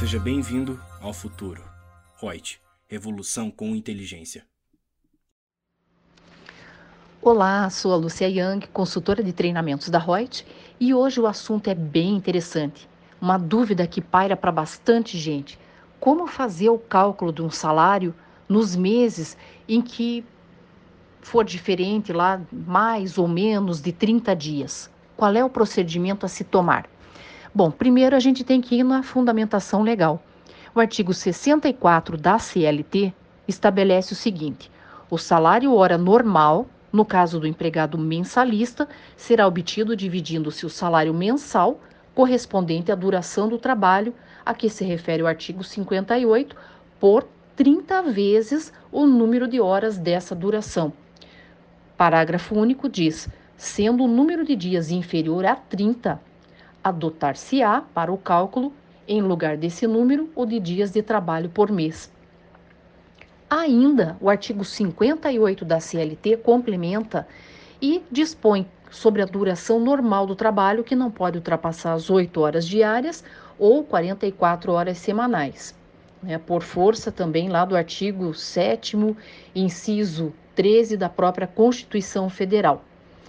Seja bem-vindo ao futuro. Reut, revolução com inteligência. Olá, sou a Lúcia Yang, consultora de treinamentos da Reut, e hoje o assunto é bem interessante. Uma dúvida que paira para bastante gente. Como fazer o cálculo de um salário nos meses em que for diferente lá mais ou menos de 30 dias? Qual é o procedimento a se tomar? Bom, primeiro a gente tem que ir na fundamentação legal. O artigo 64 da CLT estabelece o seguinte: o salário hora normal, no caso do empregado mensalista, será obtido dividindo-se o salário mensal correspondente à duração do trabalho, a que se refere o artigo 58, por 30 vezes o número de horas dessa duração. Parágrafo único diz: sendo o número de dias inferior a 30, adotar-se-á para o cálculo, em lugar desse número, o de dias de trabalho por mês. Ainda, o artigo 58 da CLT complementa e dispõe sobre a duração normal do trabalho, que não pode ultrapassar as 8 horas diárias ou 44 horas semanais. Por força também lá do artigo 7º, inciso 13 da própria Constituição Federal.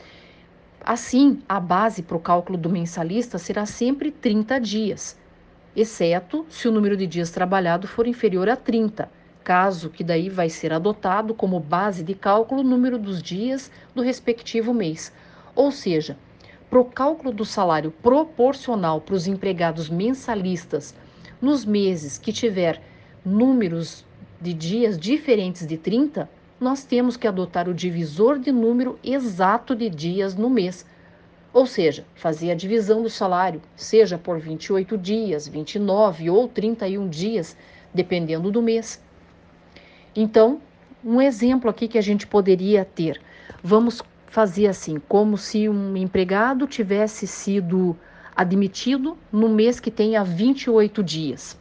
Assim, a base para o cálculo do mensalista será sempre 30 dias, exceto se o número de dias trabalhado for inferior a 30, caso que daí vai ser adotado como base de cálculo o número dos dias do respectivo mês. Ou seja, para o cálculo do salário proporcional para os empregados mensalistas nos meses que tiver números de dias diferentes de 30, nós temos que adotar o divisor de número exato de dias no mês. Ou seja, fazer a divisão do salário, seja por 28 dias, 29 ou 31 dias, dependendo do mês. Então, um exemplo aqui que a gente poderia ter. Vamos fazer assim, como se um empregado tivesse sido admitido no mês que tenha 28 dias.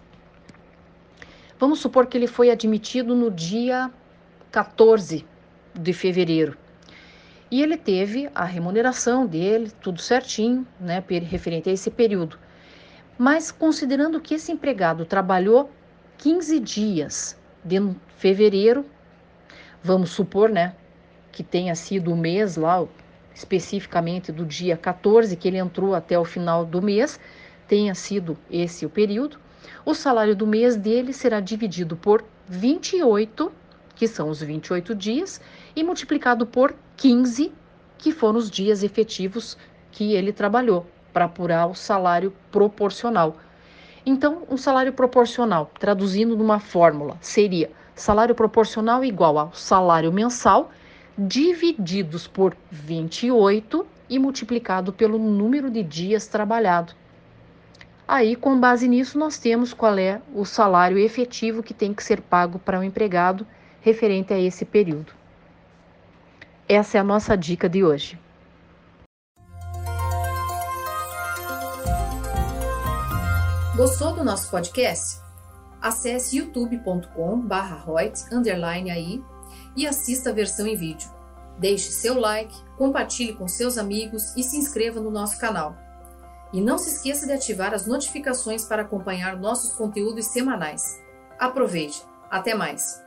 Vamos supor que ele foi admitido no dia 14 de fevereiro. E ele teve a remuneração dele, tudo certinho, referente a esse período. Mas considerando que esse empregado trabalhou 15 dias de fevereiro, vamos supor, que tenha sido o mês lá, especificamente do dia 14, que ele entrou até o final do mês, tenha sido esse o período, o salário do mês dele será dividido por 28, que são os 28 dias, e multiplicado por 15, que foram os dias efetivos que ele trabalhou, para apurar o salário proporcional. Então, um salário proporcional, traduzindo numa fórmula, seria salário proporcional igual ao salário mensal, divididos por 28 e multiplicado pelo número de dias trabalhado. Aí, com base nisso, nós temos qual é o salário efetivo que tem que ser pago para o empregado referente a esse período. Essa é a nossa dica de hoje. Gostou do nosso podcast? Acesse youtube.com/Reut_AI e assista a versão em vídeo. Deixe seu like, compartilhe com seus amigos e se inscreva no nosso canal. E não se esqueça de ativar as notificações para acompanhar nossos conteúdos semanais. Aproveite! Até mais!